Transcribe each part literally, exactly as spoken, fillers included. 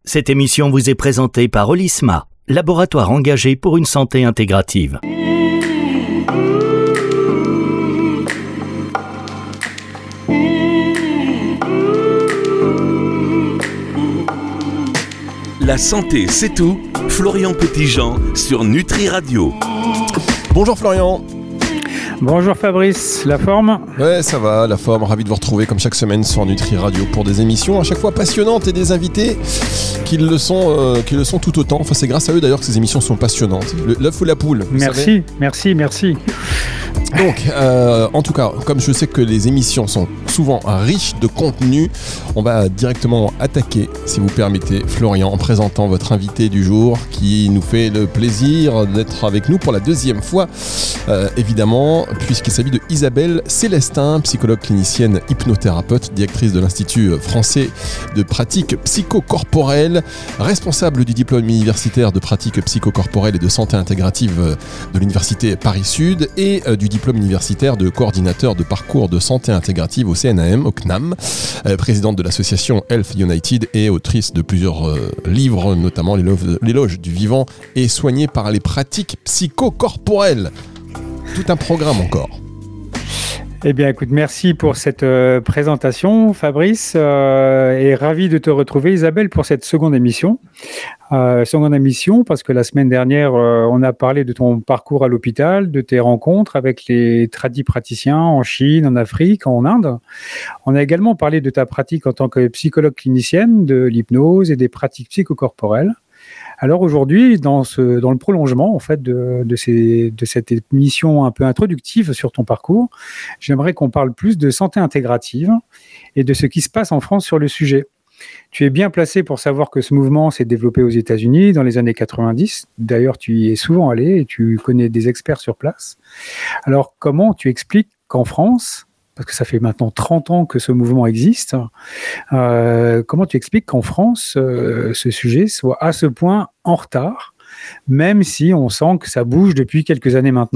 Cette émission vous est présentée par Olisma, laboratoire engagé pour une santé intégrative. La santé, c'est tout. Florian Petitjean sur Nutri Radio. Bonjour Florian. Bonjour Fabrice, la forme ? Ouais, ça va, la forme. Ravi de vous retrouver comme chaque semaine sur Nutri Radio pour des émissions à chaque fois passionnantes et des invités qui le sont, euh, qui le sont tout autant. Enfin, c'est grâce à eux d'ailleurs que ces émissions sont passionnantes. Le, l'œuf ou la poule, vous Merci, savez merci, merci. Donc, euh, en tout cas, comme je sais que les émissions sont souvent riches de contenu, on va directement attaquer, si vous permettez, Florian, en présentant votre invité du jour qui nous fait le plaisir d'être avec nous pour la deuxième fois, euh, évidemment, puisqu'il s'agit de Isabelle Célestin, psychologue clinicienne hypnothérapeute, directrice de l'Institut français de pratique psychocorporelle, responsable du diplôme universitaire de pratique psychocorporelle et de santé intégrative de l'Université Paris-Sud et euh, du diplôme universitaire de coordinateur de parcours de santé intégrative au C N A M, au C N A M, euh, présidente de l'association Health United et autrice de plusieurs euh, livres, notamment l'éloge, l'éloge du vivant et soignée par les pratiques psychocorporelles. Tout un programme encore. Eh bien, écoute, merci pour cette euh, présentation, Fabrice, euh, et ravi de te retrouver, Isabelle, pour cette seconde émission. Euh, seconde émission, parce que la semaine dernière, euh, on a parlé de ton parcours à l'hôpital, de tes rencontres avec les tradipraticiens en Chine, en Afrique, en Inde. On a également parlé de ta pratique en tant que psychologue clinicienne, de l'hypnose et des pratiques psychocorporelles. Alors aujourd'hui, dans, ce, dans le prolongement en fait, de, de, ces, de cette émission un peu introductive sur ton parcours, j'aimerais qu'on parle plus de santé intégrative et de ce qui se passe en France sur le sujet. Tu es bien placé pour savoir que ce mouvement s'est développé aux États-Unis dans les années quatre-vingt-dix. D'ailleurs, tu y es souvent allé et tu connais des experts sur place. Alors, comment tu expliques qu'en France, parce que ça fait maintenant trente ans que ce mouvement existe, euh, comment tu expliques qu'en France, euh, ce sujet soit à ce point en retard, même si on sent que ça bouge depuis quelques années maintenant ?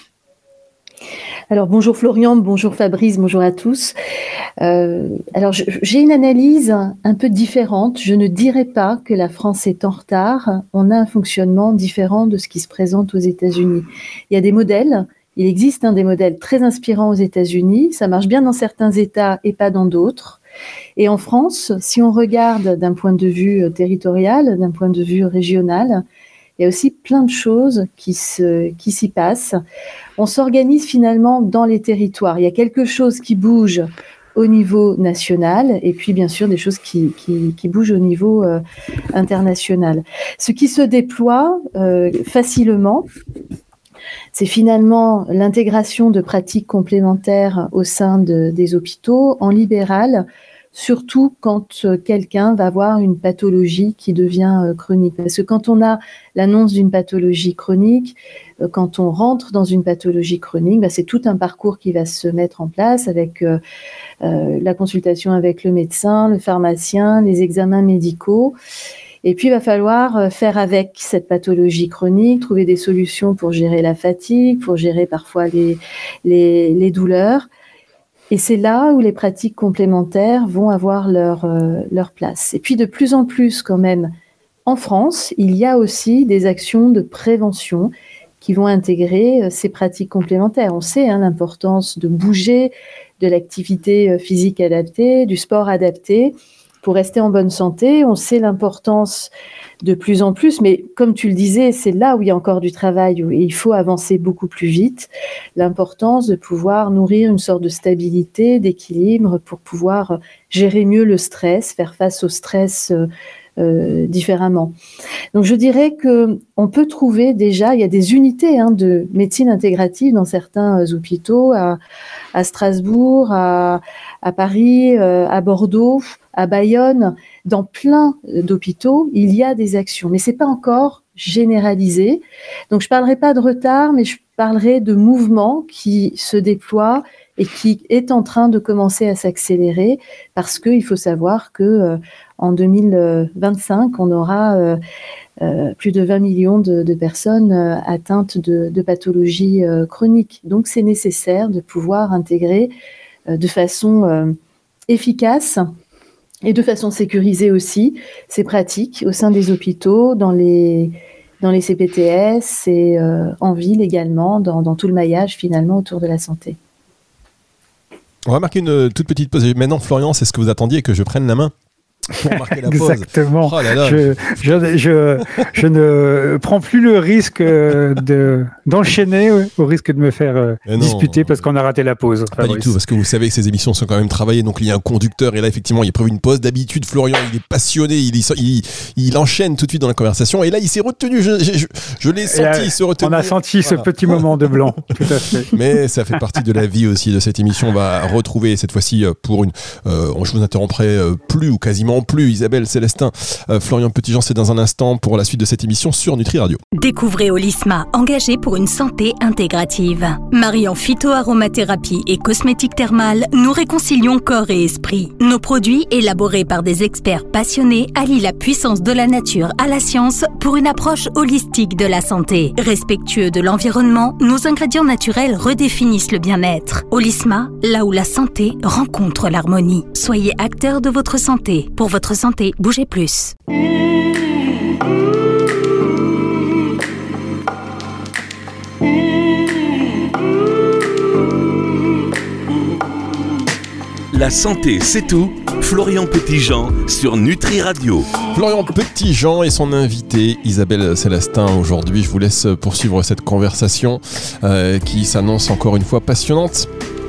Alors bonjour Florian, bonjour Fabrice, bonjour à tous. Euh, alors je, j'ai une analyse un peu différente. Je ne dirais pas que la France est en retard. On a un fonctionnement différent de ce qui se présente aux États-Unis. Il y a des modèles. Il existe hein, des modèles très inspirants aux États-Unis. Ça marche bien dans certains États et pas dans d'autres. Et en France, si on regarde d'un point de vue territorial, d'un point de vue régional, il y a aussi plein de choses qui, se, qui s'y passent. On s'organise finalement dans les territoires. Il y a quelque chose qui bouge au niveau national et puis bien sûr des choses qui, qui, qui bougent au niveau euh, international. Ce qui se déploie euh, facilement, c'est finalement l'intégration de pratiques complémentaires au sein de, des hôpitaux en libéral, surtout quand quelqu'un va avoir une pathologie qui devient chronique. Parce que quand on a l'annonce d'une pathologie chronique, quand on rentre dans une pathologie chronique, bah c'est tout un parcours qui va se mettre en place avec euh, euh, la consultation avec le médecin, le pharmacien, les examens médicaux. Et puis, il va falloir faire avec cette pathologie chronique, trouver des solutions pour gérer la fatigue, pour gérer parfois les, les, les douleurs. Et c'est là où les pratiques complémentaires vont avoir leur, euh, leur place. Et puis, de plus en plus, quand même, en France, il y a aussi des actions de prévention qui vont intégrer euh, ces pratiques complémentaires. On sait hein, l'importance de bouger, de l'activité physique adaptée, du sport adapté, pour rester en bonne santé. On sait l'importance de plus en plus, mais comme tu le disais, c'est là où il y a encore du travail, où il faut avancer beaucoup plus vite, l'importance de pouvoir nourrir une sorte de stabilité, d'équilibre, pour pouvoir gérer mieux le stress, faire face au stress euh, euh, différemment. Donc je dirais qu'on peut trouver déjà, il y a des unités hein, de médecine intégrative dans certains euh, hôpitaux, à, à Strasbourg, à, à Paris, euh, à Bordeaux, à Bayonne, dans plein d'hôpitaux, il y a des actions, mais c'est pas encore généralisé. Donc je parlerai pas de retard, mais je parlerai de mouvements qui se déploient et qui est en train de commencer à s'accélérer, parce qu'il faut savoir que euh, en deux mille vingt-cinq, on aura euh, euh, plus de vingt millions de, de personnes euh, atteintes de, de pathologies euh, chroniques. Donc c'est nécessaire de pouvoir intégrer euh, de façon euh, efficace et de façon sécurisée aussi ces pratiques au sein des hôpitaux, dans les, dans les C P T S et euh, en ville également, dans, dans tout le maillage finalement autour de la santé. On va marquer une toute petite pause. Maintenant, Florian, c'est ce que vous attendiez, que je prenne la main pour marquer la pause. Exactement. Oh là là. Je, je, je, je ne prends plus le risque de, d'enchaîner au risque de me faire disputer parce qu'on a raté la pause. Pas du tout, parce que vous savez que ces émissions sont quand même travaillées, donc il y a un conducteur et là effectivement il a prévu une pause. D'habitude, Florian, il est passionné, il, il, il enchaîne tout de suite dans la conversation et là il s'est retenu, je, je, je l'ai senti là, se retenir. On a senti voilà. ce petit moment de blanc, tout à fait. Mais ça fait partie de la vie aussi de cette émission. On va retrouver cette fois-ci pour une... Euh, je vous interromprai plus ou quasiment plus, Isabelle Célestin, euh, Florian Petitjean, c'est dans un instant pour la suite de cette émission sur Nutri Radio. Découvrez Olisma, engagé pour une santé intégrative. Mariant phytoaromathérapie et cosmétique thermale, nous réconcilions corps et esprit. Nos produits, élaborés par des experts passionnés, allient la puissance de la nature à la science pour une approche holistique de la santé. Respectueux de l'environnement, nos ingrédients naturels redéfinissent le bien-être. Olisma, là où la santé rencontre l'harmonie. Soyez acteurs de votre santé. Pour votre santé, bougez plus. La santé, c'est tout. Florian Petitjean sur Nutri Radio. Florian Petitjean et son invité Isabelle Célestin aujourd'hui. Je vous laisse poursuivre cette conversation euh, qui s'annonce encore une fois passionnante.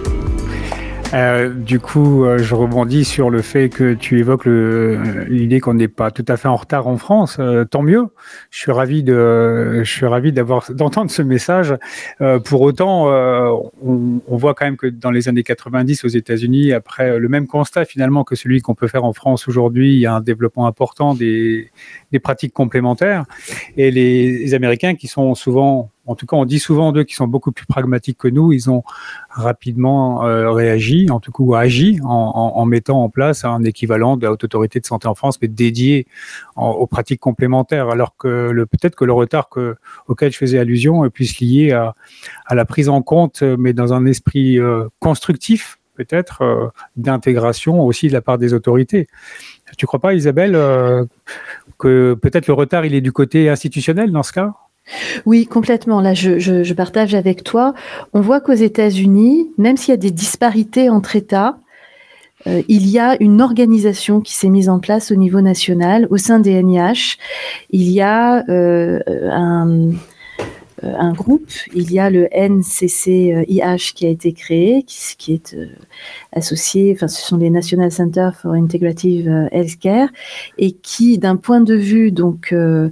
Euh, du coup, euh, je rebondis sur le fait que tu évoques le, l'idée qu'on n'est pas tout à fait en retard en France. Euh, tant mieux. Je suis ravi de, je suis ravi d'avoir d'entendre ce message. Euh, pour autant, euh, on, on voit quand même que dans les années quatre-vingt-dix aux États-Unis, après le même constat finalement que celui qu'on peut faire en France aujourd'hui, il y a un développement important des, des pratiques complémentaires. Et les, les Américains qui sont souvent En tout cas, on dit souvent d'eux qu'ils sont beaucoup plus pragmatiques que nous. Ils ont rapidement euh, réagi, en tout cas ou agi, en, en, en mettant en place un équivalent de la Haute Autorité de Santé en France, mais dédié en, aux pratiques complémentaires. Alors que le, peut-être que le retard que, auquel je faisais allusion puisse lier à, à la prise en compte, mais dans un esprit euh, constructif, peut-être, euh, d'intégration aussi de la part des autorités. Tu ne crois pas, Isabelle, euh, que peut-être le retard, il est du côté institutionnel dans ce cas ? Oui, complètement. Là, je, je, je partage avec toi. On voit qu'aux États-Unis, même s'il y a des disparités entre États, euh, il y a une organisation qui s'est mise en place au niveau national, au sein des N I H. Il y a euh, un, un groupe, il y a le N C C I H qui a été créé, qui, qui est euh, associé, enfin, ce sont les National Center for Integrative Healthcare, et qui, d'un point de vue donc euh,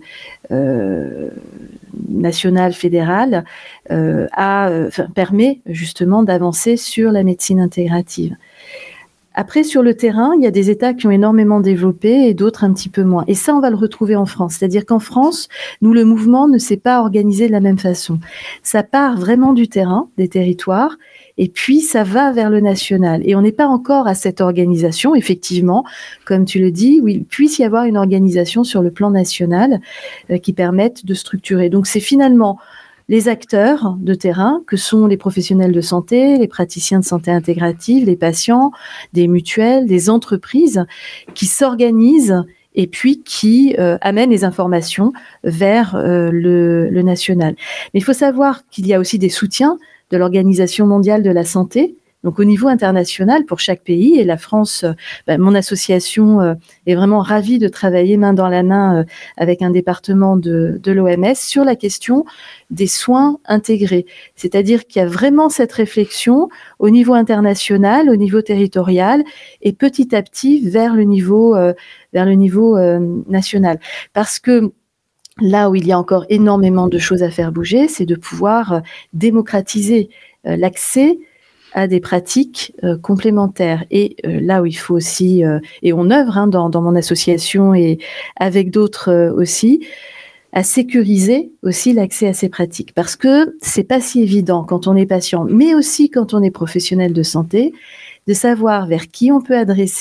euh, national, fédéral, euh, a, euh, permet justement d'avancer sur la médecine intégrative. Après, sur le terrain, il y a des États qui ont énormément développé et d'autres un petit peu moins. Et ça, on va le retrouver en France. C'est-à-dire qu'en France, nous, le mouvement ne s'est pas organisé de la même façon. Ça part vraiment du terrain, des territoires, et puis ça va vers le national. Et on n'est pas encore à cette organisation, effectivement, comme tu le dis, où il puisse y avoir une organisation sur le plan national euh, qui permette de structurer. Donc c'est finalement les acteurs de terrain, que sont les professionnels de santé, les praticiens de santé intégrative, les patients, des mutuelles, des entreprises, qui s'organisent et puis qui euh, amènent les informations vers euh, le, le national. Mais il faut savoir qu'il y a aussi des soutiens de l'Organisation mondiale de la santé, donc au niveau international pour chaque pays. Et la France, euh, ben, mon association euh, est vraiment ravie de travailler main dans la main euh, avec un département de, de l'O M S sur la question des soins intégrés. C'est-à-dire qu'il y a vraiment cette réflexion au niveau international, au niveau territorial et petit à petit vers le niveau, euh, vers le niveau euh, national. Parce que là où il y a encore énormément de choses à faire bouger, c'est de pouvoir euh, démocratiser euh, l'accès à des pratiques euh, complémentaires. Et euh, là où il faut aussi, euh, et on œuvre hein, dans, dans mon association et avec d'autres euh, aussi, à sécuriser aussi l'accès à ces pratiques. Parce que c'est pas si évident quand on est patient, mais aussi quand on est professionnel de santé, de savoir vers qui on peut adresser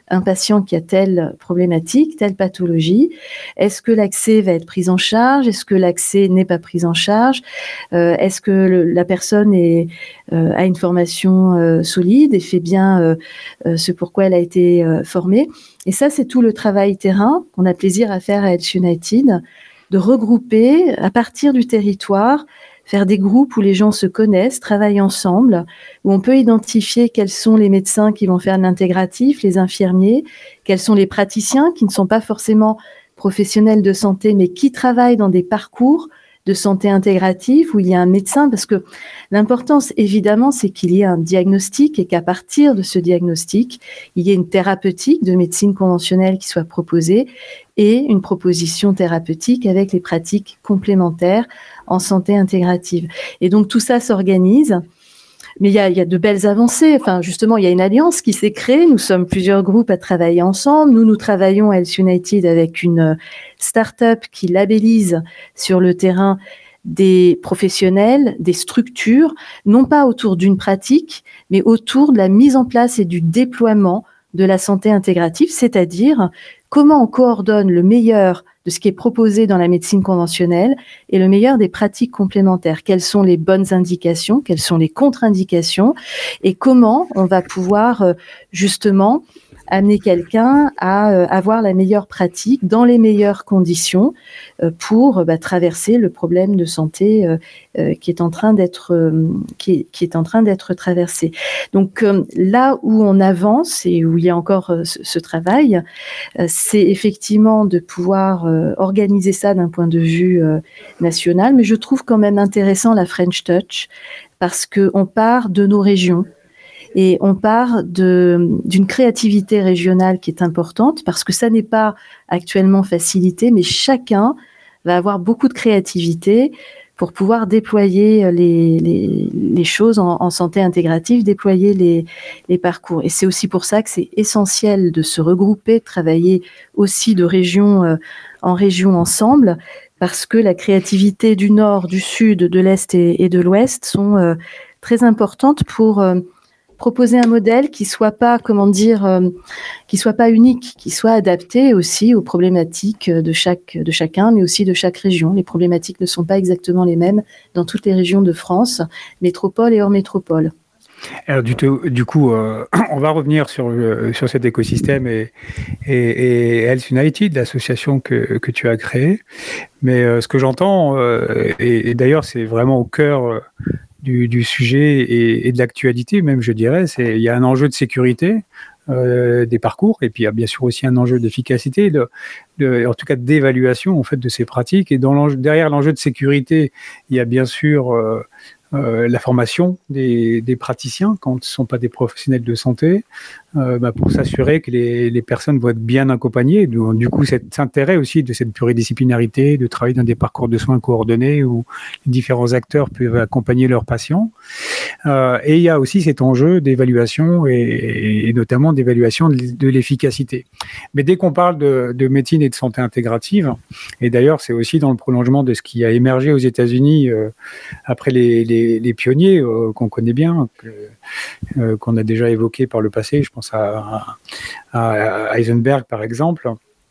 un patient qui a telle problématique, telle pathologie. Est-ce que l'accès va être pris en charge? Est-ce que l'accès n'est pas pris en charge? euh, Est-ce que le, la personne est, euh, a une formation euh, solide et fait bien euh, euh, ce pourquoi elle a été euh, formée? Et ça, c'est tout le travail terrain qu'on a plaisir à faire à Health United, de regrouper à partir du territoire, faire des groupes où les gens se connaissent, travaillent ensemble, où on peut identifier quels sont les médecins qui vont faire de l'intégratif, les infirmiers, quels sont les praticiens qui ne sont pas forcément professionnels de santé, mais qui travaillent dans des parcours de santé intégrative où il y a un médecin, parce que l'importance, évidemment, c'est qu'il y ait un diagnostic et qu'à partir de ce diagnostic, il y ait une thérapeutique de médecine conventionnelle qui soit proposée et une proposition thérapeutique avec les pratiques complémentaires en santé intégrative. Et donc, tout ça s'organise. Mais il y a, il y a de belles avancées. Enfin, justement, il y a une alliance qui s'est créée. Nous sommes plusieurs groupes à travailler ensemble. Nous, nous travaillons à Health United avec une start-up qui labellise sur le terrain des professionnels, des structures, non pas autour d'une pratique, mais autour de la mise en place et du déploiement de la santé intégrative, c'est-à-dire comment on coordonne le meilleur de ce qui est proposé dans la médecine conventionnelle et le meilleur des pratiques complémentaires. Quelles sont les bonnes indications, quelles sont les contre-indications et comment on va pouvoir justement amener quelqu'un à euh, avoir la meilleure pratique dans les meilleures conditions euh, pour bah, traverser le problème de santé euh, euh, qui est en train d'être euh, qui, est, qui est en train d'être traversé. Donc euh, là où on avance et où il y a encore euh, ce, ce travail, euh, c'est effectivement de pouvoir euh, organiser ça d'un point de vue euh, national, mais je trouve quand même intéressant la French Touch parce que on part de nos régions. Et on part de, d'une créativité régionale qui est importante parce que ça n'est pas actuellement facilité, mais chacun va avoir beaucoup de créativité pour pouvoir déployer les, les, les choses en, en santé intégrative, déployer les, les parcours. Et c'est aussi pour ça que c'est essentiel de se regrouper, de travailler aussi de région euh, en région ensemble, parce que la créativité du Nord, du Sud, de l'Est et, et de l'Ouest sont euh, très importantes pour... Euh, proposer un modèle qui soit pas, comment dire, euh, qui soit pas unique, qui soit adapté aussi aux problématiques de chaque, de chacun, mais aussi de chaque région. Les problématiques ne sont pas exactement les mêmes dans toutes les régions de France, métropole et hors métropole. Alors du, du coup, euh, on va revenir sur, euh, sur cet écosystème et, et, et Health United, l'association que, que tu as créée. Mais euh, ce que j'entends, euh, et, et d'ailleurs c'est vraiment au cœur euh, du, du sujet et, et de l'actualité même, je dirais, c'est il y a un enjeu de sécurité euh, des parcours et puis il y a bien sûr aussi un enjeu d'efficacité, de, de, en tout cas d'évaluation en fait de ces pratiques. Et dans l'enjeu, derrière l'enjeu de sécurité, il y a bien sûr euh, Euh, la formation des, des praticiens quand ce ne sont pas des professionnels de santé, euh, bah pour s'assurer que les, les personnes vont être bien accompagnées. Du, du coup, cet intérêt aussi de cette pluridisciplinarité, de travailler dans des parcours de soins coordonnés où les différents acteurs peuvent accompagner leurs patients. Euh, et il y a aussi cet enjeu d'évaluation et, et notamment d'évaluation de, de l'efficacité. Mais dès qu'on parle de, de médecine et de santé intégrative, et d'ailleurs c'est aussi dans le prolongement de ce qui a émergé aux États-Unis euh, après les, les les pionniers euh, qu'on connaît bien, que, euh, qu'on a déjà évoqué par le passé, je pense à, à, à Heisenberg par exemple.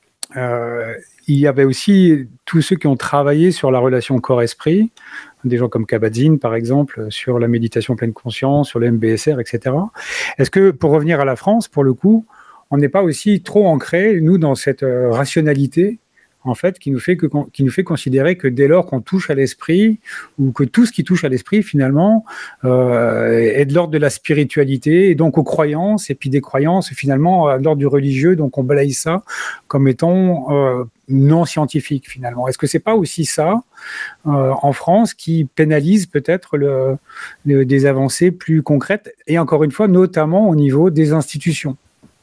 Euh, il y avait aussi tous ceux qui ont travaillé sur la relation corps-esprit, des gens comme Kabat-Zinn par exemple, sur la méditation pleine conscience, sur le M B S R, et cetera. Est-ce que, pour revenir à la France, pour le coup, on n'est pas aussi trop ancré, nous, dans cette euh, rationalité en fait, qui nous fait que, qui nous fait considérer que dès lors qu'on touche à l'esprit, ou que tout ce qui touche à l'esprit, finalement, euh, est de l'ordre de la spiritualité, et donc aux croyances, et puis des croyances, finalement, à l'ordre du religieux, donc on balaye ça comme étant euh, non scientifique, finalement. Est-ce que c'est pas aussi ça, euh, en France, qui pénalise peut-être le, le, des avancées plus concrètes, et encore une fois, notamment au niveau des institutions ?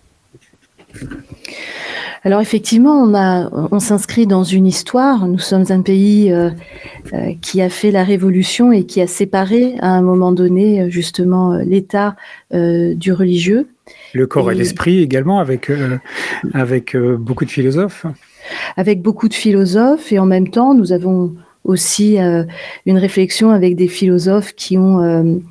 Alors effectivement, on, a, on s'inscrit dans une histoire. Nous sommes un pays euh, euh, qui a fait la révolution et qui a séparé à un moment donné justement l'État euh, du religieux. Le corps et, et l'esprit également, avec, euh, avec euh, beaucoup de philosophes. Avec beaucoup de philosophes et en même temps, nous avons aussi euh, une réflexion avec des philosophes qui ont... Euh,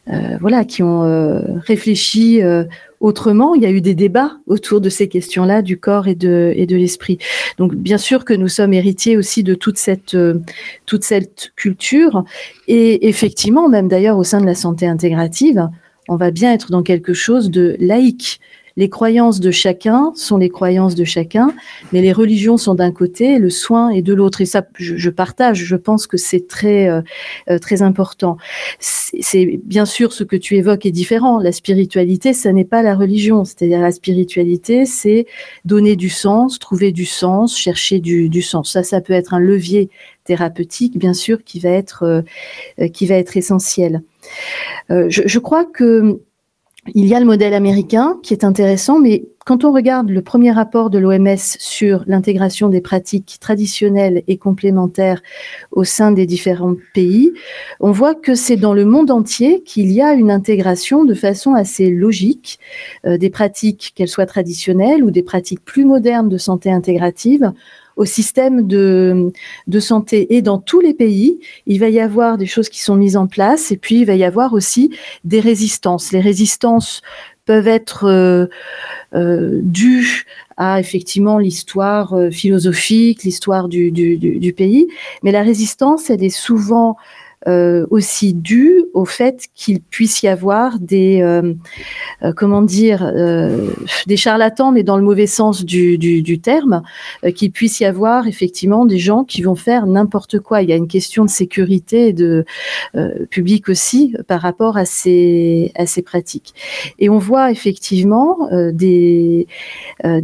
euh, voilà, qui ont euh, réfléchi euh, autrement. Il y a eu des débats autour de ces questions-là du corps et de, et de l'esprit. Donc, bien sûr que nous sommes héritiers aussi de toute cette, euh, toute cette culture. Et effectivement, même d'ailleurs au sein de la santé intégrative, on va bien être dans quelque chose de laïque. Les croyances de chacun sont les croyances de chacun, mais les religions sont d'un côté, le soin est de l'autre. Et ça, je, je partage, je pense que c'est très, euh, très important. C'est, c'est bien sûr ce que tu évoques est différent. La spiritualité, ça n'est pas la religion. C'est-à-dire la spiritualité, c'est donner du sens, trouver du sens, chercher du, du sens. Ça, ça peut être un levier thérapeutique, bien sûr, qui va être, euh, qui va être essentiel. Euh, je, je crois que il y a le modèle américain qui est intéressant, mais quand on regarde le premier rapport de l'O M S sur l'intégration des pratiques traditionnelles et complémentaires au sein des différents pays, on voit que c'est dans le monde entier qu'il y a une intégration de façon assez logique euh, des pratiques, qu'elles soient traditionnelles ou des pratiques plus modernes de santé intégrative, au système de, de santé. Et dans tous les pays, il va y avoir des choses qui sont mises en place et puis il va y avoir aussi des résistances. Les résistances peuvent être euh, euh, dues à effectivement l'histoire euh, philosophique, l'histoire du, du, du, du pays, mais la résistance, elle est souvent Euh, aussi dû au fait qu'il puisse y avoir des euh, euh, comment dire euh, des charlatans, mais dans le mauvais sens du, du, du terme, euh, qu'il puisse y avoir effectivement des gens qui vont faire n'importe quoi. Il y a une question de sécurité et de euh, public aussi par rapport à ces à ces pratiques. Et on voit effectivement euh, des euh,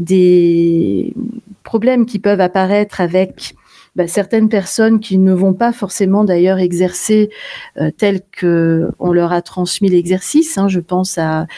des problèmes qui peuvent apparaître avec Bah, certaines personnes qui ne vont pas forcément d'ailleurs exercer euh, tel que on leur a transmis l'exercice. Hein. Je pense à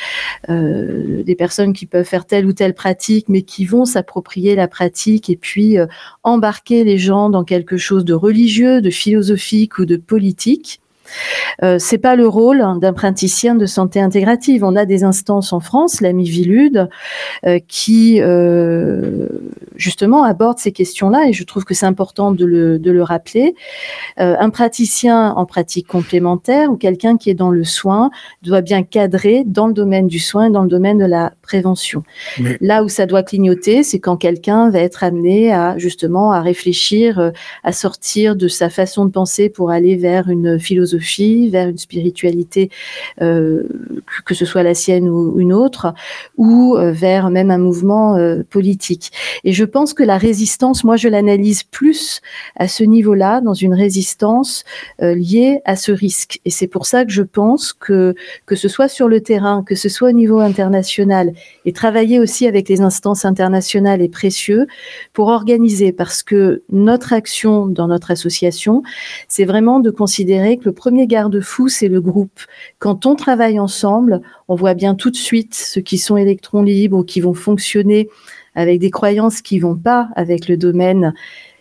euh, des personnes qui peuvent faire telle ou telle pratique, mais qui vont s'approprier la pratique et puis euh, embarquer les gens dans quelque chose de religieux, de philosophique ou de politique. Euh, c'est pas le rôle hein, d'un praticien de santé intégrative. On a des instances en France, l'A M I Vilude, euh, qui euh, justement aborde ces questions-là, et je trouve que c'est important de le, de le rappeler. Euh, un praticien en pratique complémentaire ou quelqu'un qui est dans le soin doit bien cadrer dans le domaine du soin, dans le domaine de la prévention. Mais... Là où ça doit clignoter, c'est quand quelqu'un va être amené à justement à réfléchir, euh, à sortir de sa façon de penser pour aller vers une philosophie, vers une spiritualité, euh, que ce soit la sienne ou une autre, ou euh, vers même un mouvement euh, politique. Et je pense que la résistance, moi je l'analyse plus à ce niveau-là, dans une résistance euh, liée à ce risque. Et c'est pour ça que je pense que, que ce soit sur le terrain, que ce soit au niveau international, et travailler aussi avec les instances internationales est précieux pour organiser, parce que notre action dans notre association, c'est vraiment de considérer que le premier garde-fou, c'est le groupe. Quand on travaille ensemble, on voit bien tout de suite ceux qui sont électrons libres ou qui vont fonctionner avec des croyances qui vont pas avec le domaine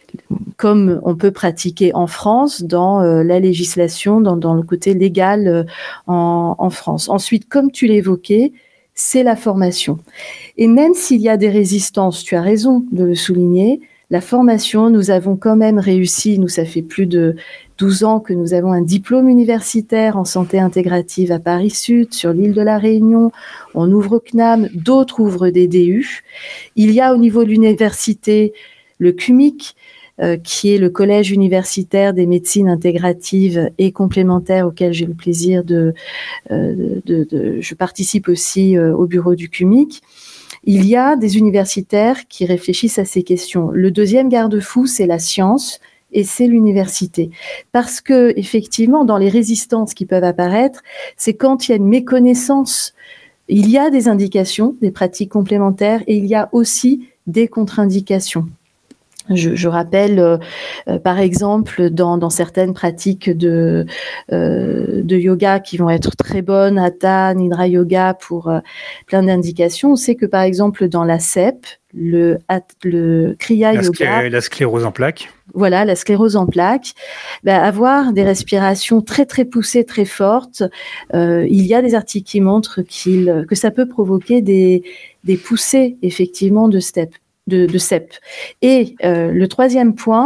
comme on peut pratiquer en France dans euh, la législation, dans, dans le côté légal euh, en, en France. Ensuite, comme tu l'évoquais, c'est la formation. Et même s'il y a des résistances, tu as raison de le souligner, la formation, nous avons quand même réussi, nous ça fait plus de douze ans que nous avons un diplôme universitaire en santé intégrative à Paris Sud, sur l'île de la Réunion, on ouvre au C N A M, d'autres ouvrent des D U. Il y a au niveau de l'université le C U M I C, euh, qui est le collège universitaire des médecines intégratives et complémentaires auquel j'ai le plaisir de, euh, de, de, de je participe aussi euh, au bureau du C U M I C. Il y a des universitaires qui réfléchissent à ces questions. Le deuxième garde-fou, c'est la science et c'est l'université. Parce que, effectivement, dans les résistances qui peuvent apparaître, c'est quand il y a une méconnaissance. Il y a des indications, des pratiques complémentaires, et il y a aussi des contre-indications. Je, je rappelle, euh, euh, par exemple, dans, dans certaines pratiques de, euh, de yoga qui vont être très bonnes, Hatha, Nidra Yoga, pour euh, plein d'indications. On sait que, par exemple, dans la S E P, le, le Kriya la Yoga... Sclé- la sclérose en plaques. Voilà, la sclérose en plaques. Ben, avoir des respirations très, très poussées, très fortes, euh, il y a des articles qui montrent qu'il, que ça peut provoquer des, des poussées, effectivement, de step. De, de S E P. Et euh, le troisième point,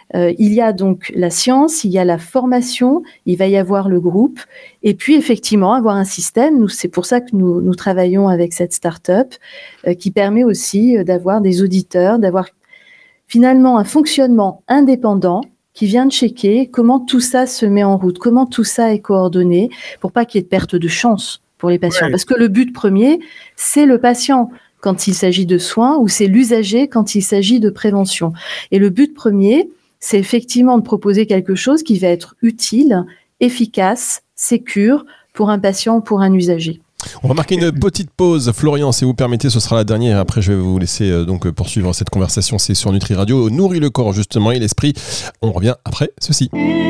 Euh, il y a donc la science, il y a la formation, il va y avoir le groupe, et puis effectivement avoir un système. Nous, c'est pour ça que nous, nous travaillons avec cette start-up euh, qui permet aussi euh, d'avoir des auditeurs, d'avoir finalement un fonctionnement indépendant qui vient de checker comment tout ça se met en route, comment tout ça est coordonné, pour pas qu'il y ait de perte de chance pour les patients. Ouais. Parce que le but premier, c'est le patient quand il s'agit de soins, ou c'est l'usager quand il s'agit de prévention. Et le but premier, c'est effectivement de proposer quelque chose qui va être utile, efficace, sécure pour un patient ou pour un usager. On va marquer une petite pause. Florian, si vous permettez, ce sera la dernière. Après, je vais vous laisser euh, donc poursuivre cette conversation. C'est sur Nutri Radio. Nourrit le corps, justement, et l'esprit. On revient après ceci.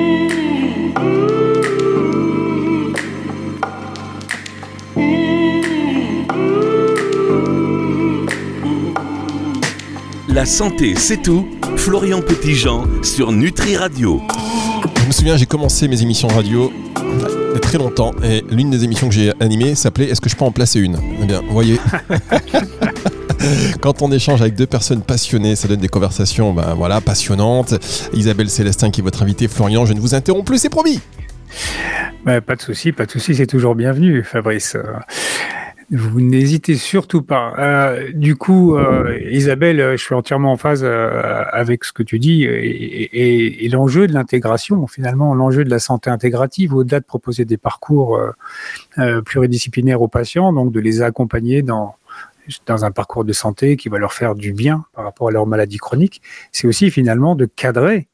La santé, c'est tout. Florian Petitjean sur Nutri Radio. Je me souviens, j'ai commencé mes émissions radio il y a très longtemps, et l'une des émissions que j'ai animées s'appelait « Est-ce que je peux en placer une ?» Eh bien, vous voyez, quand on échange avec deux personnes passionnées, ça donne des conversations ben, voilà, passionnantes. Isabelle Célestin qui est votre invitée. Florian, je ne vous interromps plus, c'est promis. Bah, pas de souci, pas de souci, c'est toujours bienvenu, Fabrice. Vous n'hésitez surtout pas. Euh, du coup, euh, Isabelle, je suis entièrement en phase euh, avec ce que tu dis et, et, et l'enjeu de l'intégration, finalement, l'enjeu de la santé intégrative, au-delà de proposer des parcours euh, euh, pluridisciplinaires aux patients, donc de les accompagner dans dans un parcours de santé qui va leur faire du bien par rapport à leur maladie chronique, c'est aussi finalement de cadrer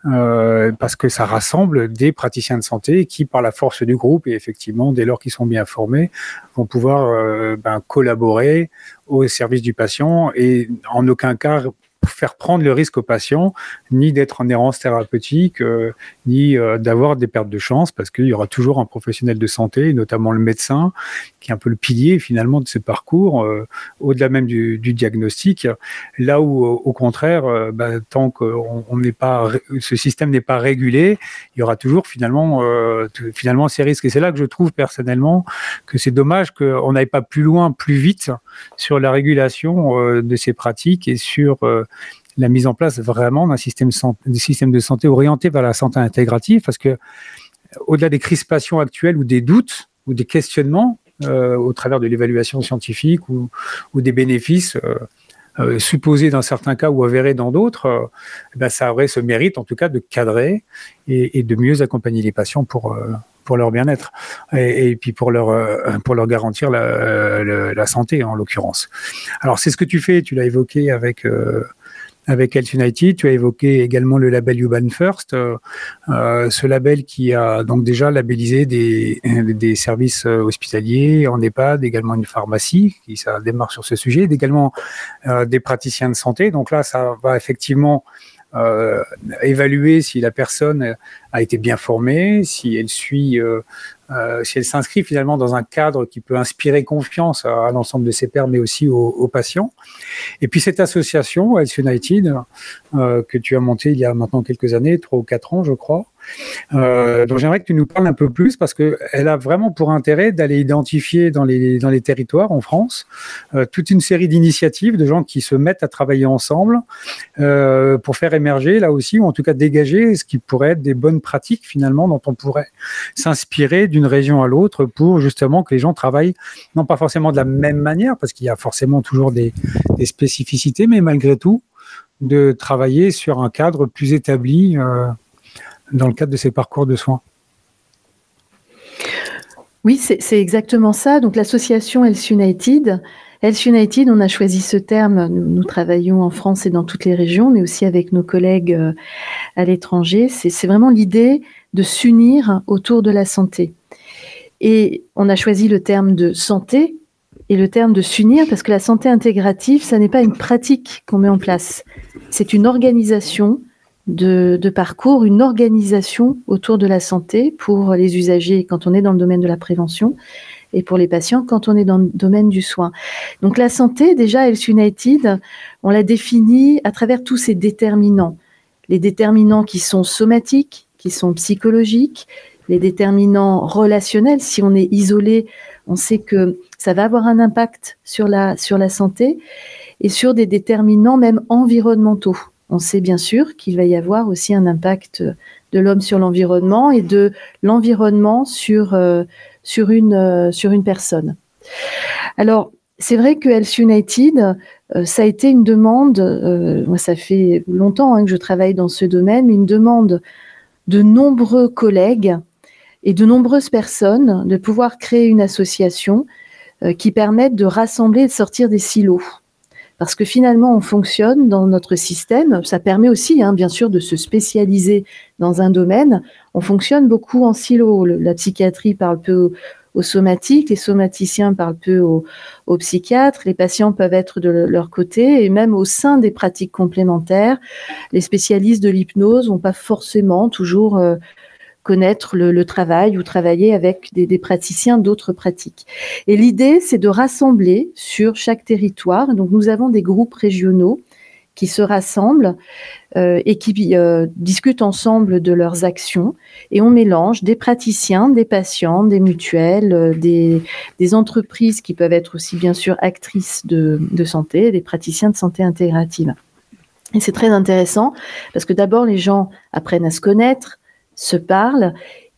Euh, parce que ça rassemble des praticiens de santé qui, par la force du groupe, et effectivement, dès lors qu'ils sont bien formés, vont pouvoir euh, ben, collaborer au service du patient et en aucun cas faire prendre le risque au patient, ni d'être en errance thérapeutique, euh, ni euh, d'avoir des pertes de chance, parce qu'il y aura toujours un professionnel de santé, notamment le médecin, qui est un peu le pilier finalement de ce parcours, euh, au-delà même du, du diagnostic. Là où, au contraire, euh, bah, tant que on n'est pas, ce système n'est pas régulé, il y aura toujours finalement, euh, finalement ces risques. Et c'est là que je trouve personnellement que c'est dommage qu'on n'aille pas plus loin, plus vite sur la régulation euh, de ces pratiques et sur euh, la mise en place vraiment d'un système, d'un système de santé orienté vers la santé intégrative, parce que au-delà des crispations actuelles ou des doutes ou des questionnements euh, au travers de l'évaluation scientifique ou, ou des bénéfices euh, euh, supposés dans certains cas ou avérés dans d'autres, euh, ben ça aurait ce mérite en tout cas de cadrer et, et de mieux accompagner les patients pour euh, pour leur bien-être et, et puis pour leur euh, pour leur garantir la, la, la santé en l'occurrence. Alors c'est ce que tu fais, tu l'as évoqué avec euh, avec Health United, tu as évoqué également le label Human First, euh, euh, ce label qui a donc déjà labellisé des, des services hospitaliers en EHPAD, également une pharmacie qui ça démarre sur ce sujet, également euh, des praticiens de santé. Donc là, ça va effectivement euh, évaluer si la personne a été bien formée, si elle suit, euh, euh, si elle s'inscrit finalement dans un cadre qui peut inspirer confiance à, à l'ensemble de ses pairs, mais aussi aux, aux patients. Et puis cette association, Health United, euh, que tu as montée il y a maintenant quelques années, trois ou quatre ans, je crois, euh, dont j'aimerais que tu nous parles un peu plus, parce qu'elle a vraiment pour intérêt d'aller identifier dans les, dans les territoires en France euh, toute une série d'initiatives de gens qui se mettent à travailler ensemble euh, pour faire émerger là aussi, ou en tout cas dégager ce qui pourrait être des bonnes pratiques finalement dont on pourrait s'inspirer d'une région à l'autre pour justement que les gens travaillent non pas forcément de la même manière, parce qu'il y a forcément toujours des, des spécificités, mais malgré tout de travailler sur un cadre plus établi euh, dans le cadre de ces parcours de soins. Oui, c'est, c'est exactement ça. Donc l'association Health United, Health United, on a choisi ce terme, nous, nous travaillons en France et dans toutes les régions, mais aussi avec nos collègues euh, à l'étranger. C'est, c'est vraiment l'idée de s'unir autour de la santé. Et on a choisi le terme de santé et le terme de s'unir parce que la santé intégrative, ça n'est pas une pratique qu'on met en place. C'est une organisation De, de parcours, une organisation autour de la santé pour les usagers quand on est dans le domaine de la prévention et pour les patients quand on est dans le domaine du soin. Donc la santé, déjà, Health United, on l'a définie à travers tous ces déterminants. Les déterminants qui sont somatiques, qui sont psychologiques, les déterminants relationnels. Si on est isolé, on sait que ça va avoir un impact sur la, sur la santé et sur des déterminants même environnementaux. on sait bien sûr qu'il va y avoir aussi un impact de l'homme sur l'environnement et de l'environnement sur, euh, sur, une, euh, sur une personne. Alors, c'est vrai que Health United, euh, ça a été une demande, euh, moi ça fait longtemps hein, que je travaille dans ce domaine, mais une demande de nombreux collègues et de nombreuses personnes de pouvoir créer une association euh, qui permette de rassembler et de sortir des silos. Parce que finalement, on fonctionne dans notre système, ça permet aussi, hein, bien sûr, de se spécialiser dans un domaine. On fonctionne beaucoup en silos. Le, la psychiatrie parle peu aux, aux somatiques, les somaticiens parlent peu aux, aux psychiatres, les patients peuvent être de leur côté, et même au sein des pratiques complémentaires, les spécialistes de l'hypnose n'ont pas forcément toujours euh, connaître le, le travail ou travailler avec des, des praticiens d'autres pratiques. Et l'idée, c'est de rassembler sur chaque territoire. Donc, nous avons des groupes régionaux qui se rassemblent euh, et qui euh, discutent ensemble de leurs actions. Et on mélange des praticiens, des patients, des mutuelles, euh, des, des entreprises qui peuvent être aussi, bien sûr, actrices de, de santé, des praticiens de santé intégrative. Et c'est très intéressant parce que d'abord, les gens apprennent à se connaître, se parlent,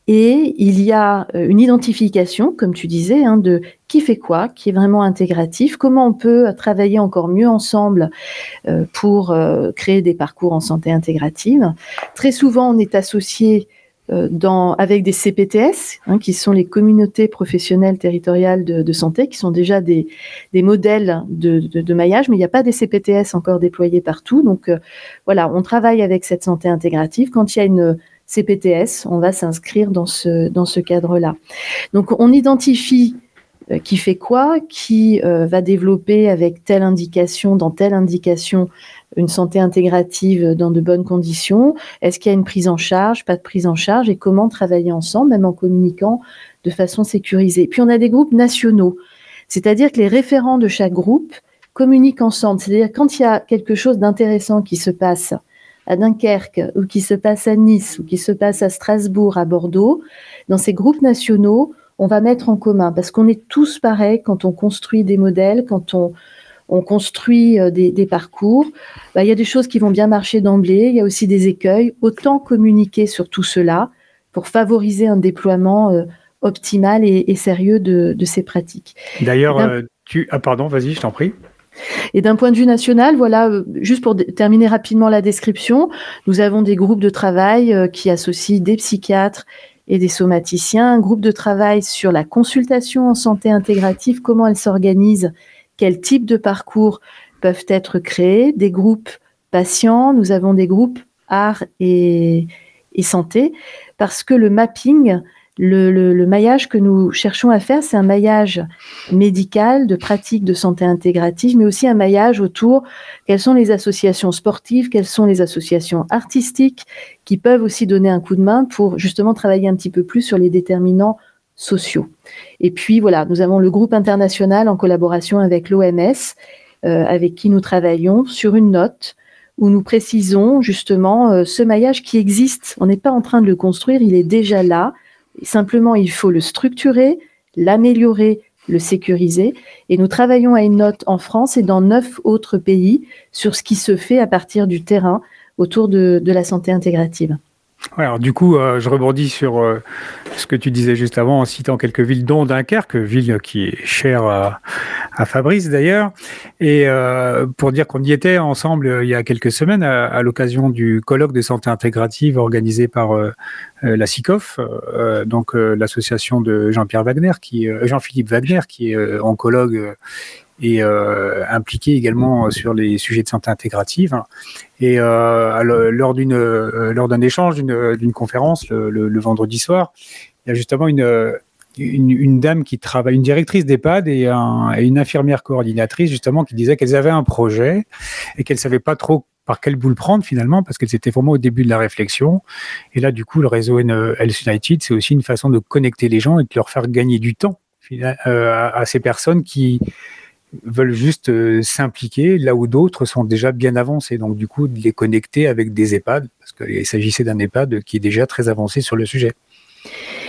et il y a une identification, comme tu disais, hein, de qui fait quoi, qui est vraiment intégratif, comment on peut travailler encore mieux ensemble euh, pour euh, créer des parcours en santé intégrative. Très souvent, on est associé euh, dans, avec des C P T S, hein, qui sont les communautés professionnelles territoriales de, de santé, qui sont déjà des, des modèles de, de, de maillage, mais il n'y a pas des C P T S encore déployés partout. Donc euh, voilà, on travaille avec cette santé intégrative. Quand il y a une C P T S, on va s'inscrire dans ce, dans ce cadre-là. Donc, on identifie euh, qui fait quoi, qui euh, va développer avec telle indication, dans telle indication, une santé intégrative dans de bonnes conditions. Est-ce qu'il y a une prise en charge, pas de prise en charge, et comment travailler ensemble, même en communiquant de façon sécurisée. Puis, on a des groupes nationaux, c'est-à-dire que les référents de chaque groupe communiquent ensemble. C'est-à-dire quand il y a quelque chose d'intéressant qui se passe à Dunkerque, ou qui se passe à Nice, ou qui se passe à Strasbourg, à Bordeaux, dans ces groupes nationaux, on va mettre en commun, parce qu'on est tous pareils quand on construit des modèles, quand on, on construit des, des parcours. Bah, il y a des choses qui vont bien marcher d'emblée, il y a aussi des écueils. Autant communiquer sur tout cela pour favoriser un déploiement euh, optimal et, et sérieux de, de ces pratiques. D'ailleurs, euh, tu... Ah pardon, vas-y, je t'en prie. Et d'un point de vue national, voilà, euh, juste pour d- terminer rapidement la description, nous avons des groupes de travail euh, qui associent des psychiatres et des somaticiens, un groupe de travail sur la consultation en santé intégrative, comment elle s'organise, quel type de parcours peuvent être créés, des groupes patients, nous avons des groupes art et, et santé, parce que le mapping, Le, le, le maillage que nous cherchons à faire, c'est un maillage médical de pratiques de santé intégrative, mais aussi un maillage autour quelles sont les associations sportives, quelles sont les associations artistiques qui peuvent aussi donner un coup de main pour justement travailler un petit peu plus sur les déterminants sociaux. Et puis voilà, nous avons le groupe international en collaboration avec l'O M S, euh, avec qui nous travaillons sur une note où nous précisons justement euh, ce maillage qui existe. On n'est pas en train de le construire, il est déjà là. Simplement, il faut le structurer, l'améliorer, le sécuriser. Et nous travaillons à une note en France et dans neuf autres pays sur ce qui se fait à partir du terrain autour de, de la santé intégrative. Ouais, alors du coup, euh, je rebondis sur euh, ce que tu disais juste avant en citant quelques villes, dont Dunkerque, ville qui est chère à, à Fabrice d'ailleurs, et euh, pour dire qu'on y était ensemble euh, il y a quelques semaines à, à l'occasion du colloque de santé intégrative organisé par euh, euh, la SICOF, euh, donc euh, l'association de Jean-Pierre Wagner, qui, euh, Jean-Philippe Wagner, qui est euh, oncologue euh, et euh, impliqué également sur les sujets de santé intégrative. Et euh, lors d'une euh, lors d'un échange, d'une, d'une conférence le, le, le vendredi soir, il y a justement une, une, une dame qui travaille, une directrice d'EHPAD et, un, et une infirmière coordinatrice justement qui disait qu'elles avaient un projet et qu'elles ne savaient pas trop par quel bout le prendre finalement, parce qu'elles étaient vraiment au début de la réflexion. Et là, du coup, le réseau Health United, c'est aussi une façon de connecter les gens et de leur faire gagner du temps euh, à, à ces personnes qui veulent juste euh, s'impliquer là où d'autres sont déjà bien avancés. Donc, du coup, de les connecter avec des EHPAD, parce qu'il s'agissait d'un EHPAD qui est déjà très avancé sur le sujet.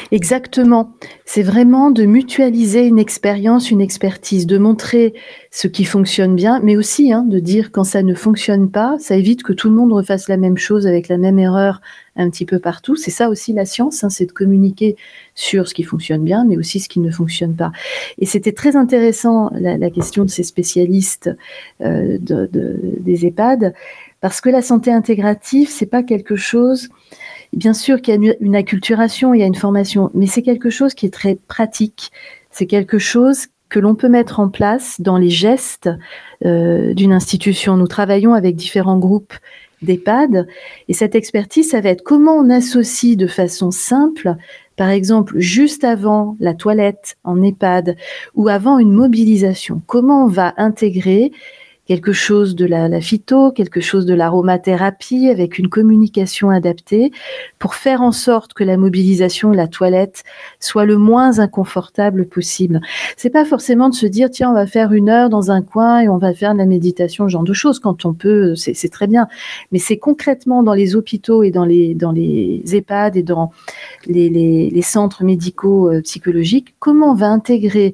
Exactement. C'est vraiment de mutualiser une expérience, une expertise, de montrer ce qui fonctionne bien, mais aussi hein, de dire quand ça ne fonctionne pas, ça évite que tout le monde refasse la même chose avec la même erreur un petit peu partout. C'est ça aussi la science, hein, c'est de communiquer sur ce qui fonctionne bien, mais aussi ce qui ne fonctionne pas. Et c'était très intéressant la, la question de ces spécialistes euh, de, de, des EHPAD, parce que la santé intégrative, c'est pas quelque chose... Bien sûr qu'il y a une acculturation, il y a une formation, mais c'est quelque chose qui est très pratique. C'est quelque chose que l'on peut mettre en place dans les gestes euh, d'une institution. Nous travaillons avec différents groupes d'EHPAD et cette expertise, ça va être comment on associe de façon simple, par exemple, juste avant la toilette en EHPAD ou avant une mobilisation, comment on va intégrer quelque chose de la, la phyto, quelque chose de l'aromathérapie avec une communication adaptée pour faire en sorte que la mobilisation et la toilette soient le moins inconfortable possible. C'est pas forcément de se dire tiens on va faire une heure dans un coin et on va faire de la méditation, ce genre de choses. Quand on peut, c'est, c'est très bien. Mais c'est concrètement dans les hôpitaux et dans les dans les EHPAD et dans les les, les centres médicaux euh, psychologiques, comment on va intégrer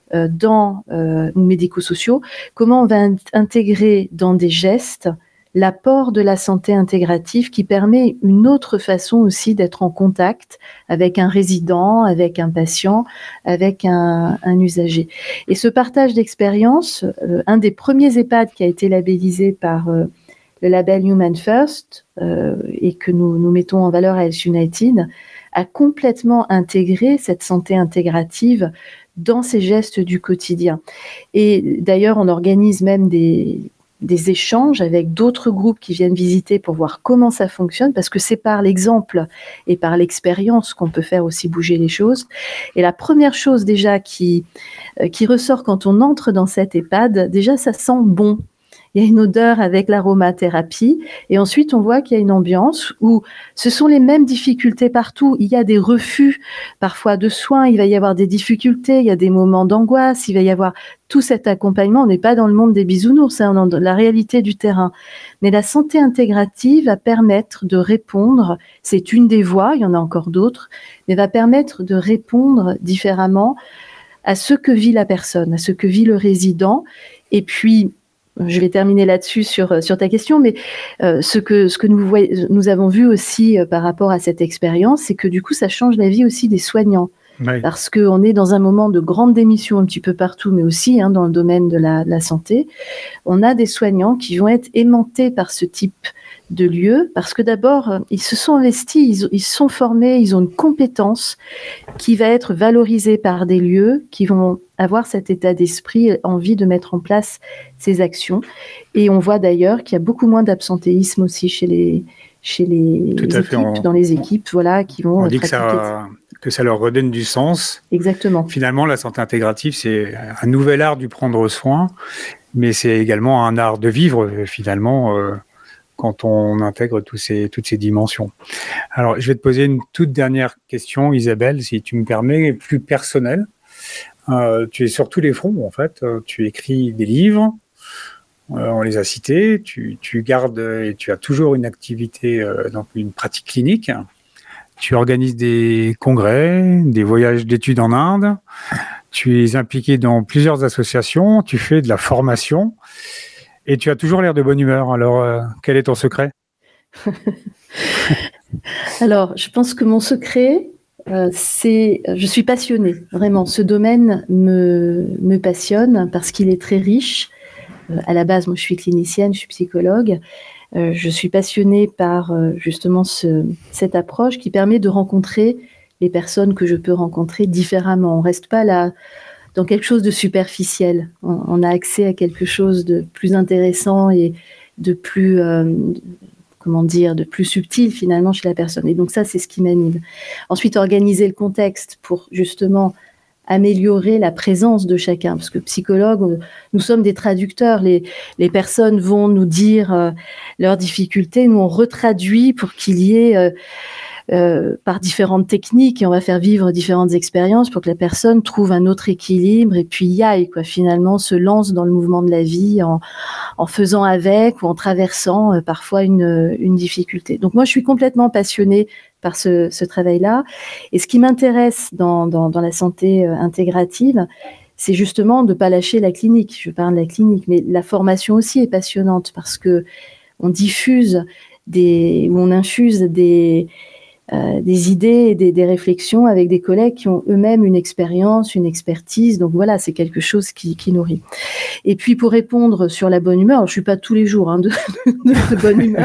dans euh, médico-sociaux, comment on va in- intégrer dans des gestes l'apport de la santé intégrative qui permet une autre façon aussi d'être en contact avec un résident, avec un patient, avec un, un usager. Et ce partage d'expérience, euh, un des premiers EHPAD qui a été labellisé par euh, le label Human First euh, et que nous, nous mettons en valeur à Health United, a complètement intégré cette santé intégrative dans ces gestes du quotidien. Et d'ailleurs, on organise même des, des échanges avec d'autres groupes qui viennent visiter pour voir comment ça fonctionne, parce que c'est par l'exemple et par l'expérience qu'on peut faire aussi bouger les choses. Et la première chose déjà qui, qui ressort quand on entre dans cette EHPAD, déjà ça sent bon. Il y a une odeur avec l'aromathérapie et ensuite on voit qu'il y a une ambiance où ce sont les mêmes difficultés partout. Il y a des refus parfois de soins, il va y avoir des difficultés, il y a des moments d'angoisse, il va y avoir tout cet accompagnement. On n'est pas dans le monde des bisounours, c'est dans la réalité du terrain. Mais la santé intégrative va permettre de répondre, c'est une des voies, il y en a encore d'autres, mais va permettre de répondre différemment à ce que vit la personne, à ce que vit le résident. Et puis, je vais terminer là-dessus sur, sur ta question, mais euh, ce que, ce que nous, voy- nous avons vu aussi euh, par rapport à cette expérience, c'est que du coup, ça change la vie aussi des soignants. Oui. Parce qu'on est dans un moment de grande démission un petit peu partout, mais aussi hein, dans le domaine de la, de la santé. On a des soignants qui vont être aimantés par ce type de lieu, parce que d'abord, ils se sont investis, ils, ils sont formés, ils ont une compétence qui va être valorisée par des lieux qui vont avoir cet état d'esprit, envie de mettre en place ces actions. Et on voit d'ailleurs qu'il y a beaucoup moins d'absentéisme aussi chez les, chez les, les équipes, on, dans les équipes, voilà, qui vont on dit que ça, que ça leur redonne du sens. Exactement. Finalement, la santé intégrative, c'est un nouvel art du prendre soin, mais c'est également un art de vivre, finalement, euh, quand on intègre tous ces, toutes ces dimensions. Alors, je vais te poser une toute dernière question, Isabelle, si tu me permets, plus personnelle. Euh, tu es sur tous les fronts, en fait. Euh, tu écris des livres, euh, on les a cités, tu, tu gardes et tu as toujours une activité, euh, donc une pratique clinique. Tu organises des congrès, des voyages d'études en Inde. Tu es impliqué dans plusieurs associations, tu fais de la formation et tu as toujours l'air de bonne humeur. Alors, euh, quel est ton secret ? Alors, je pense que mon secret, euh, c'est... Je suis passionnée, vraiment. Ce domaine me, me passionne parce qu'il est très riche. Euh, à la base, moi, je suis clinicienne, je suis psychologue. Euh, je suis passionnée par, euh, justement, ce, cette approche qui permet de rencontrer les personnes que je peux rencontrer différemment. On ne reste pas là dans quelque chose de superficiel. On, on a accès à quelque chose de plus intéressant et de plus... Euh, comment dire, de plus subtil finalement chez la personne. Et donc ça, c'est ce qui m'anime. Ensuite, organiser le contexte pour justement améliorer la présence de chacun. Parce que psychologue, nous sommes des traducteurs. Les, les personnes vont nous dire euh, leurs difficultés. Nous, on retraduit pour qu'il y ait... Euh, euh, par différentes techniques et on va faire vivre différentes expériences pour que la personne trouve un autre équilibre et puis y aille, quoi, finalement se lance dans le mouvement de la vie en, en faisant avec ou en traversant euh, parfois une, une difficulté. Donc moi, je suis complètement passionnée par ce, ce travail-là. Et ce qui m'intéresse dans, dans, dans la santé euh, intégrative, c'est justement de ne pas lâcher la clinique. Je parle de la clinique, mais la formation aussi est passionnante parce que on diffuse des, ou on infuse des, euh, des idées et des, des réflexions avec des collègues qui ont eux-mêmes une expérience, une expertise. Donc voilà, c'est quelque chose qui, qui nourrit. Et puis pour répondre sur la bonne humeur, alors, je suis pas tous les jours hein, de, de, de bonne humeur.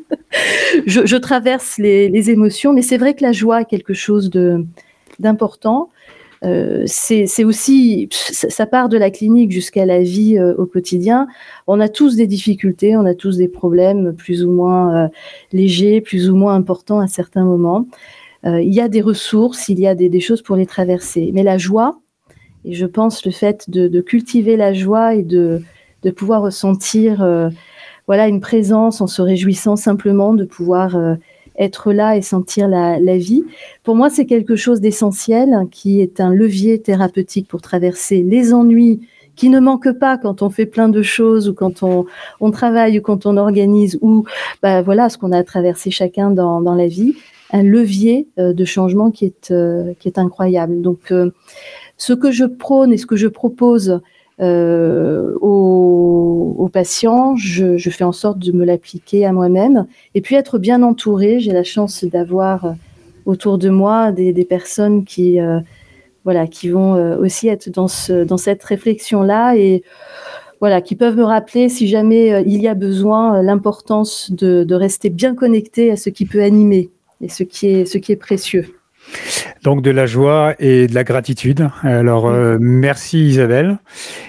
je, je traverse les, les émotions, mais c'est vrai que la joie est quelque chose de, d'important. Euh, c'est, c'est aussi, ça part de la clinique jusqu'à la vie euh, au quotidien. On a tous des difficultés, on a tous des problèmes plus ou moins euh, légers, plus ou moins importants à certains moments. Euh, il y a des ressources, il y a des, des choses pour les traverser. Mais la joie, et je pense le fait de, de cultiver la joie et de, de pouvoir ressentir euh, voilà, une présence en se réjouissant simplement de pouvoir euh, être là et sentir la, la vie. Pour moi, c'est quelque chose d'essentiel hein, qui est un levier thérapeutique pour traverser les ennuis qui ne manquent pas quand on fait plein de choses ou quand on, on travaille ou quand on organise ou bah, voilà ce qu'on a traversé chacun dans, dans la vie. Un levier euh, de changement qui est, euh, qui est incroyable. Donc, euh, ce que je prône et ce que je propose Euh, aux, aux patients, je, je fais en sorte de me l'appliquer à moi-même et puis être bien entourée. J'ai la chance d'avoir autour de moi des, des personnes qui, euh, voilà, qui vont euh, aussi être dans, ce, dans cette réflexion-là et voilà, qui peuvent me rappeler si jamais euh, il y a besoin euh, l'importance de, de rester bien connecté à ce qui peut animer et ce qui est, ce qui est précieux. Donc de la joie et de la gratitude. Alors euh, merci Isabelle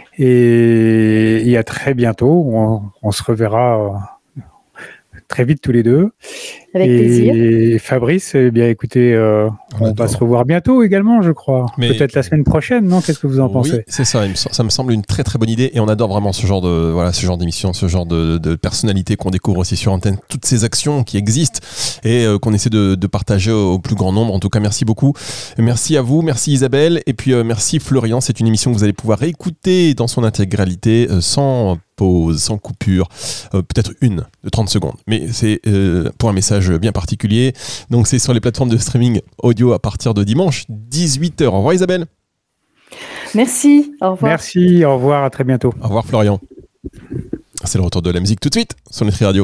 et, et à très bientôt. On, on se reverra euh, très vite tous les deux. Avec et plaisir. Et Fabrice, eh bien écoutez, euh, on, on va se revoir bientôt également, je crois. Mais peut-être la semaine prochaine, non ? Qu'est-ce que vous en oui, pensez ? C'est ça, ça me semble une très très bonne idée et on adore vraiment ce genre de voilà ce genre d'émission, ce genre de, de personnalité qu'on découvre aussi sur antenne, toutes ces actions qui existent et euh, qu'on essaie de, de partager au, au plus grand nombre. En tout cas, merci beaucoup, merci à vous, merci Isabelle et puis euh, merci Florian. C'est une émission que vous allez pouvoir réécouter dans son intégralité euh, sans pause, sans coupure, euh, peut-être une de trente secondes, mais c'est euh, pour un message bien particulier. Donc c'est sur les plateformes de streaming audio à partir de dimanche dix-huit heures. Au revoir Isabelle. Merci, au revoir. Merci, au revoir, à très bientôt. Au revoir Florian. C'est le retour de la musique tout de suite sur Nutri Radio.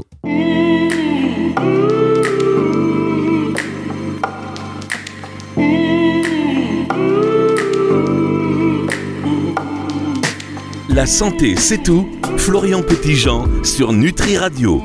La santé, c'est tout. Florian Petitjean sur Nutri Radio.